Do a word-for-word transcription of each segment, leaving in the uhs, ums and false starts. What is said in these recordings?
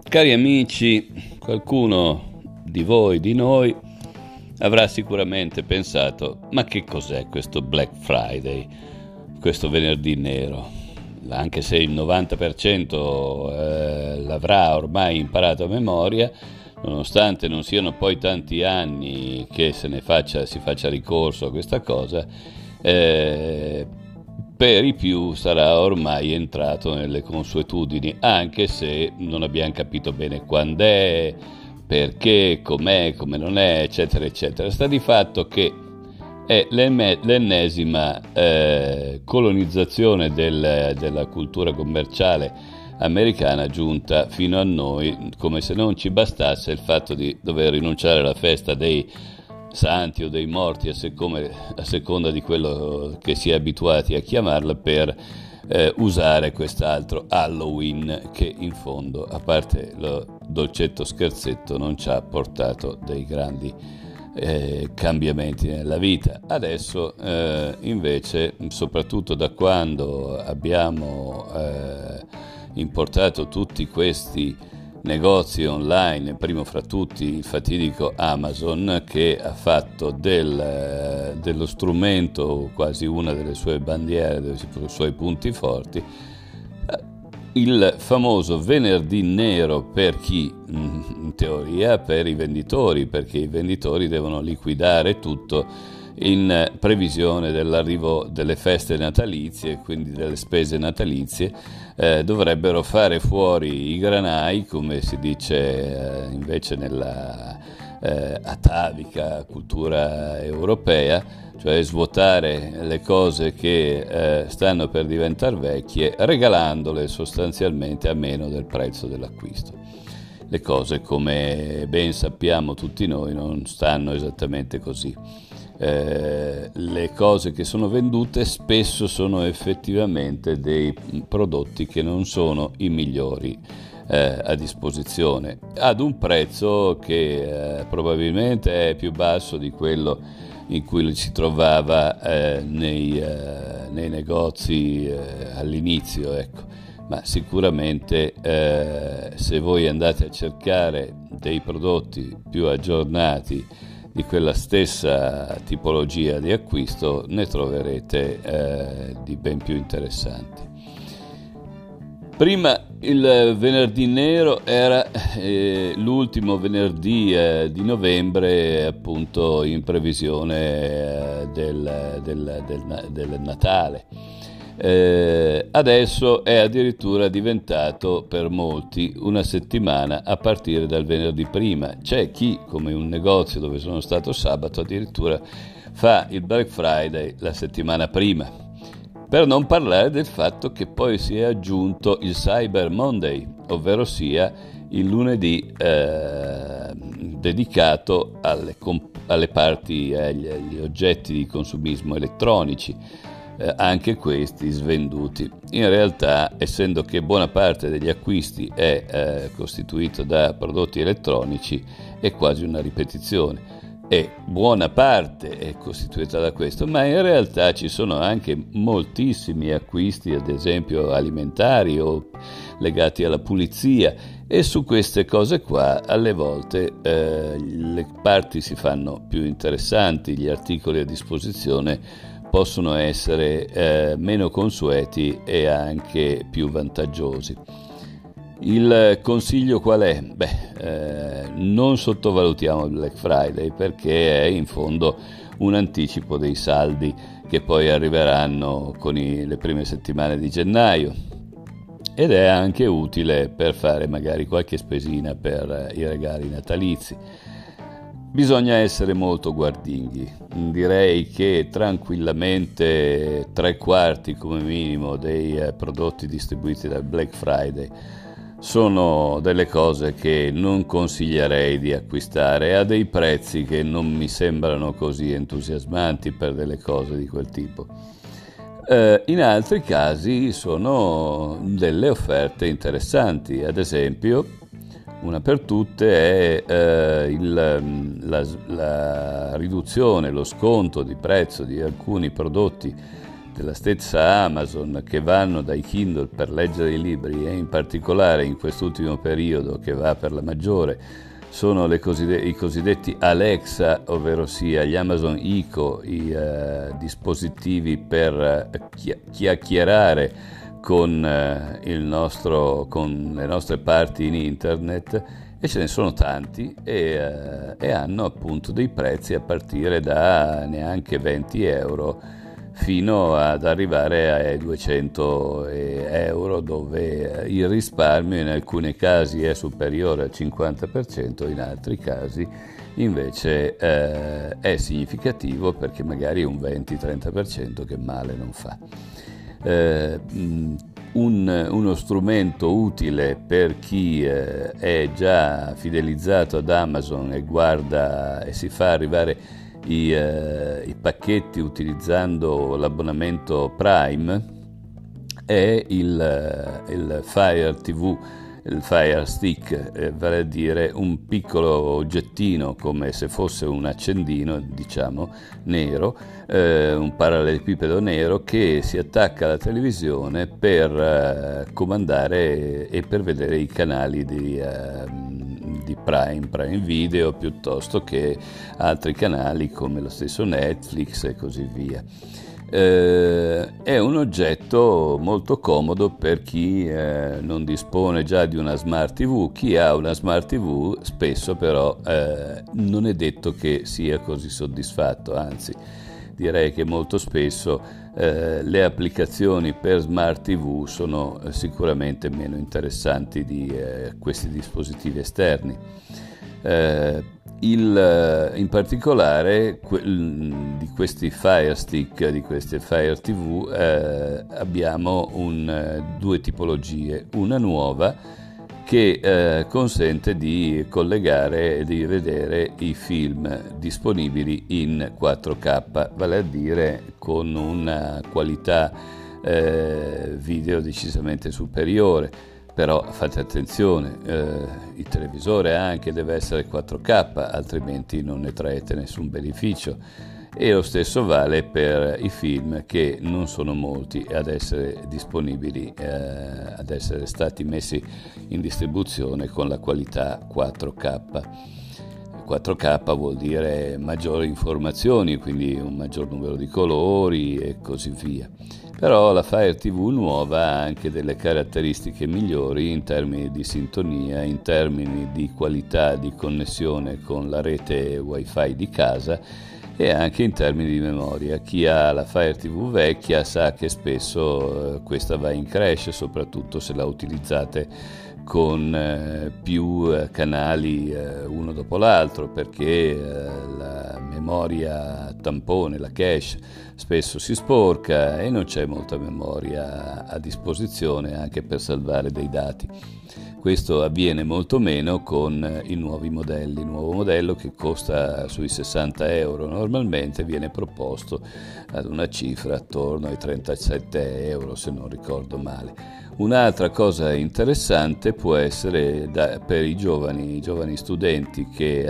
Cari amici, qualcuno di voi, di noi, avrà sicuramente pensato: ma che cos'è questo Black Friday, questo venerdì nero? Anche se il novanta per cento eh, l'avrà ormai imparato a memoria, nonostante non siano poi tanti anni che se ne faccia, si faccia ricorso a questa cosa, eh, per i più sarà ormai entrato nelle consuetudini, anche se non abbiamo capito bene quando è, perché, com'è, come non è, eccetera, eccetera. Sta di fatto che è l'ennesima eh, colonizzazione del, della cultura commerciale americana giunta fino a noi, come se non ci bastasse il fatto di dover rinunciare alla festa dei santi o dei morti, a, siccome, a seconda di quello che si è abituati a chiamarla, per eh, usare quest'altro Halloween che in fondo, a parte lo dolcetto scherzetto, non ci ha portato dei grandi eh, cambiamenti nella vita. Adesso eh, invece, soprattutto da quando abbiamo eh, importato tutti questi negozi online, primo fra tutti il fatidico Amazon, che ha fatto del, dello strumento quasi una delle sue bandiere, dei suoi punti forti, il famoso venerdì nero. Per chi? In teoria per i venditori, perché i venditori devono liquidare tutto in previsione dell'arrivo delle feste natalizie, quindi delle spese natalizie. Eh, dovrebbero fare fuori i granai, come si dice eh, invece nella eh, atavica cultura europea, cioè svuotare le cose che eh, stanno per diventare vecchie, regalandole sostanzialmente a meno del prezzo dell'acquisto. Le cose, come ben sappiamo tutti noi, non stanno esattamente così. Eh, le cose che sono vendute spesso sono effettivamente dei prodotti che non sono i migliori eh, a disposizione, ad un prezzo che eh, probabilmente è più basso di quello in cui si trovava eh, nei, eh, nei negozi eh, all'inizio, ecco. Ma sicuramente eh, se voi andate a cercare dei prodotti più aggiornati di quella stessa tipologia di acquisto, ne troverete eh, di ben più interessanti. Prima il venerdì nero era eh, l'ultimo venerdì eh, di novembre, appunto in previsione eh, del, del, del, del Natale. Eh, adesso è addirittura diventato per molti una settimana a partire dal venerdì prima. C'è chi, come un negozio dove sono stato sabato, addirittura fa il Black Friday la settimana prima, per non parlare del fatto che poi si è aggiunto il Cyber Monday, ovvero sia il lunedì eh, dedicato alle, comp- alle parti, agli, agli oggetti di consumismo elettronici, Eh, anche questi svenduti. In realtà, essendo che buona parte degli acquisti è eh, costituito da prodotti elettronici, è quasi una ripetizione, e buona parte è costituita da questo, ma in realtà ci sono anche moltissimi acquisti, ad esempio alimentari o legati alla pulizia, e su queste cose qua alle volte eh, le parti si fanno più interessanti, gli articoli a disposizione possono essere eh, meno consueti e anche più vantaggiosi. Il consiglio qual è? Beh, eh, non sottovalutiamo il Black Friday, perché è in fondo un anticipo dei saldi che poi arriveranno con i, le prime settimane di gennaio, ed è anche utile per fare magari qualche spesina per i regali natalizi. Bisogna essere molto guardinghi. Direi che tranquillamente tre quarti come minimo dei eh, prodotti distribuiti dal Black Friday sono delle cose che non consiglierei di acquistare a dei prezzi che non mi sembrano così entusiasmanti per delle cose di quel tipo. Eh, in altri casi sono delle offerte interessanti, ad esempio una per tutte è eh, il, la, la riduzione, lo sconto di prezzo di alcuni prodotti della stessa Amazon, che vanno dai Kindle per leggere i libri, e in particolare in quest'ultimo periodo che va per la maggiore sono le coside- i cosiddetti Alexa, ovvero sia gli Amazon Echo, i uh, dispositivi per uh, chia- chiacchierare con, uh, il nostro, con le nostre parti in internet, e ce ne sono tanti e, uh, e hanno appunto dei prezzi a partire da neanche venti euro fino ad arrivare ai duecento euro, dove il risparmio in alcuni casi è superiore al cinquanta per cento, in altri casi invece eh, è significativo, perché magari è un venti-trenta per cento che male non fa. Eh, un, uno strumento utile per chi eh, è già fidelizzato ad Amazon e guarda e si fa arrivare I, eh, i pacchetti utilizzando l'abbonamento Prime è il, il Fire ti vu, il Fire Stick, eh, vale a dire un piccolo oggettino come se fosse un accendino, diciamo, nero, eh, un parallelepipedo nero che si attacca alla televisione per eh, comandare e per vedere i canali di eh, di Prime, Prime Video, piuttosto che altri canali come lo stesso Netflix e così via. Eh, è un oggetto molto comodo per chi eh, non dispone già di una Smart ti vu. Chi ha una Smart ti vu spesso però eh, non è detto che sia così soddisfatto, anzi direi che molto spesso eh, le applicazioni per Smart ti vu sono eh, sicuramente meno interessanti di eh, questi dispositivi esterni. Eh, il, in particolare que- di questi Fire Stick, di queste Fire ti vu, eh, abbiamo un, due tipologie, una nuova che eh, consente di collegare e di vedere i film disponibili in quattro K, vale a dire con una qualità eh, video decisamente superiore. Però fate attenzione, eh, il televisore anche deve essere quattro K, altrimenti non ne traete nessun beneficio. E lo stesso vale per i film, che non sono molti ad essere disponibili, eh, ad essere stati messi in distribuzione con la qualità quattro K. quattro K vuol dire maggiori informazioni, quindi un maggior numero di colori e così via. Però la Fire ti vu nuova ha anche delle caratteristiche migliori in termini di sintonia, in termini di qualità di connessione con la rete wifi di casa e anche in termini di memoria. Chi ha la Fire ti vu vecchia sa che spesso eh, questa va in crash, soprattutto se la utilizzate con eh, più eh, canali eh, uno dopo l'altro, perché eh, la memoria tampone, la cache, spesso si sporca e non c'è molta memoria a disposizione anche per salvare dei dati. Questo avviene molto meno con i nuovi modelli. Il nuovo modello, che costa sui sessanta euro normalmente, viene proposto ad una cifra attorno ai trentasette euro, se non ricordo male. Un'altra cosa interessante può essere da, per i giovani, i giovani studenti che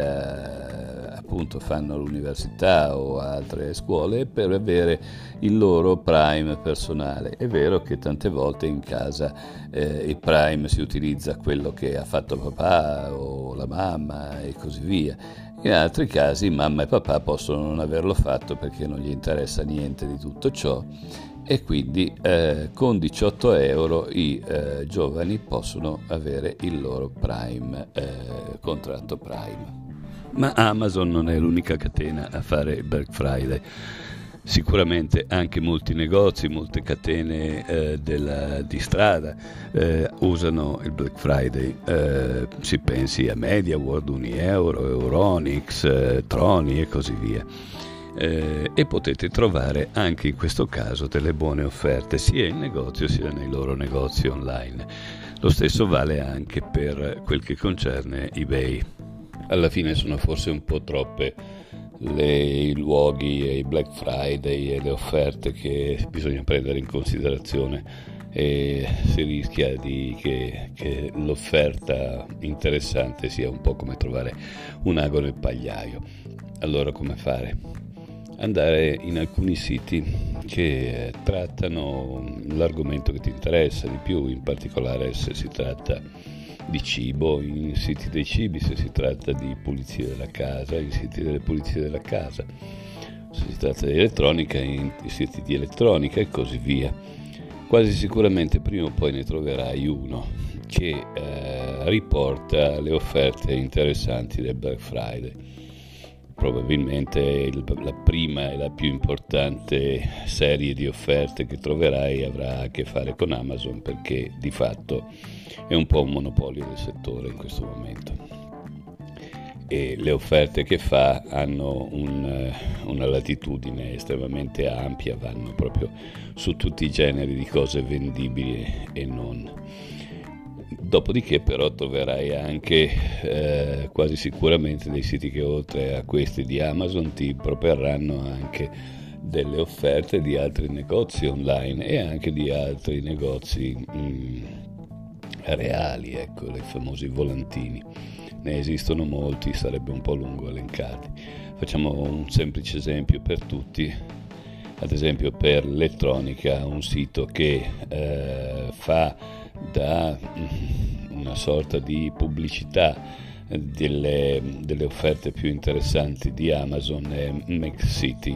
eh, appunto fanno l'università o altre scuole, per avere il loro Prime personale. È vero che tante volte in casa eh, il Prime si utilizza quello che ha fatto papà o la mamma e così via. In altri casi mamma e papà possono non averlo fatto perché non gli interessa niente di tutto ciò, e quindi eh, con diciotto euro i eh, giovani possono avere il loro Prime, eh, contratto Prime. Ma Amazon non è l'unica catena a fare il Black Friday. Sicuramente anche molti negozi, molte catene eh, della, di strada eh, usano il Black Friday. Eh, si pensi a MediaWorld, Unieuro, Euronics, eh, Troni e così via. Eh, e potete trovare anche in questo caso delle buone offerte sia in negozio sia nei loro negozi online. Lo stesso vale anche per quel che concerne eBay. Alla fine sono forse un po' troppe le, i luoghi e i Black Friday e le offerte che bisogna prendere in considerazione, e si rischia di che, che l'offerta interessante sia un po' come trovare un ago nel pagliaio. Allora come fare? andare in alcuni siti che trattano l'argomento che ti interessa di più, in particolare se si tratta di cibo, in siti dei cibi, se si tratta di pulizia della casa, in siti delle pulizie della casa, se si tratta di elettronica, in siti di elettronica e così via. Quasi sicuramente prima o poi ne troverai uno che eh, riporta le offerte interessanti del Black Friday. Probabilmente il, la prima e la più importante serie di offerte che troverai avrà a che fare con Amazon, perché di fatto è un po' un monopolio del settore in questo momento e le offerte che fa hanno un, una latitudine estremamente ampia, vanno proprio su tutti i generi di cose vendibili e non. Dopodiché però troverai anche eh, quasi sicuramente dei siti che oltre a questi di Amazon ti proporranno anche delle offerte di altri negozi online e anche di altri negozi mh, reali, ecco, i famosi volantini. Ne esistono molti, sarebbe un po' lungo elencarli. Facciamo un semplice esempio per tutti. Ad esempio per l'elettronica, un sito che eh, fa da una sorta di pubblicità delle, delle offerte più interessanti di Amazon è MacCity.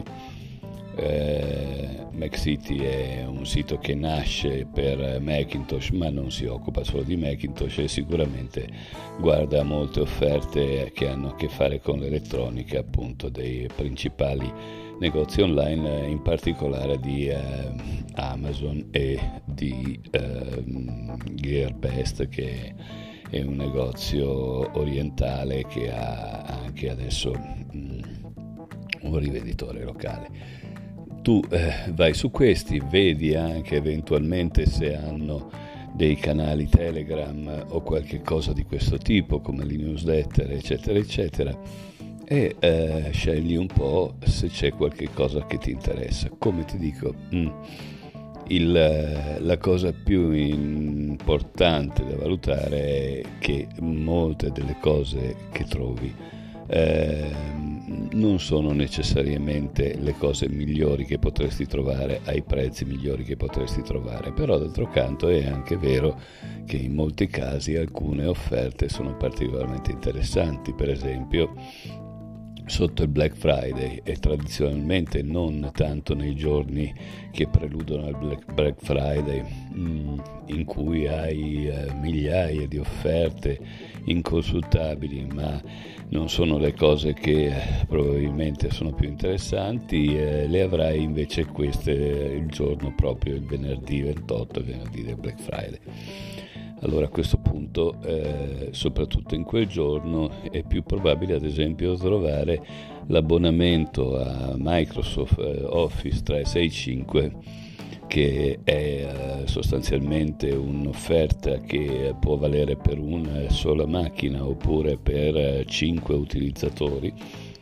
Eh, MacCity è un sito che nasce per Macintosh, ma non si occupa solo di Macintosh e sicuramente guarda molte offerte che hanno a che fare con l'elettronica, appunto dei principali negozi online, in particolare di eh, Amazon e di eh, Gearbest, che è un negozio orientale che ha anche adesso mh, un rivenditore locale. Tu eh, vai su questi, vedi anche eventualmente se hanno dei canali Telegram o qualche cosa di questo tipo, come le newsletter, eccetera, eccetera, e eh, scegli un po' se c'è qualche cosa che ti interessa. Come ti dico, mh, il, la cosa più importante da valutare è che molte delle cose che trovi eh, non sono necessariamente le cose migliori che potresti trovare ai prezzi migliori che potresti trovare, però d'altro canto è anche vero che in molti casi alcune offerte sono particolarmente interessanti. Per esempio sotto il Black Friday, e tradizionalmente non tanto nei giorni che preludono al Black, Black Friday, mh, in cui hai eh, migliaia di offerte inconsultabili, ma non sono le cose che eh, probabilmente sono più interessanti, eh, le avrai invece queste il giorno proprio, il venerdì ventotto, il venerdì del Black Friday. Allora a questo punto, eh, soprattutto in quel giorno, è più probabile ad esempio trovare l'abbonamento a Microsoft eh, Office trecentosessantacinque, che è eh, sostanzialmente un'offerta che può valere per una sola macchina oppure per eh, cinque utilizzatori,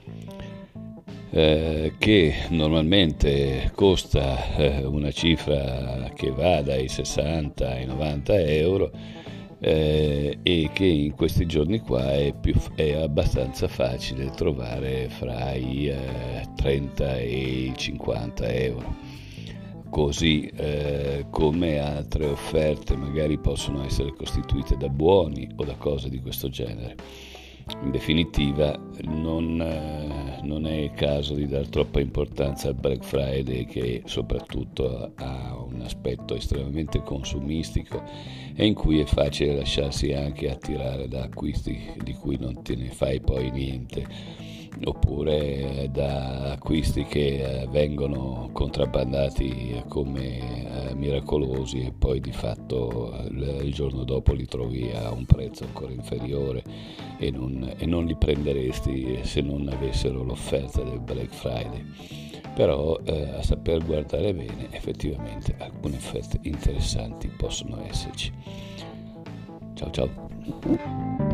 Eh, che normalmente costa eh, una cifra che va dai sessanta ai novanta euro eh, e che in questi giorni qua è, più, è abbastanza facile trovare fra i eh, trenta e i cinquanta euro. Così eh, come altre offerte magari possono essere costituite da buoni o da cose di questo genere. In definitiva non, eh, non è il caso di dare troppa importanza al Black Friday, che soprattutto ha un aspetto estremamente consumistico e in cui è facile lasciarsi anche attirare da acquisti di cui non te ne fai poi niente, oppure da acquisti che vengono contrabbandati come eh, miracolosi e poi di fatto il, il giorno dopo li trovi a un prezzo ancora inferiore e non, e non li prenderesti se non avessero l'offerta del Black Friday. Però eh, a saper guardare bene, effettivamente alcune offerte interessanti possono esserci. Ciao ciao.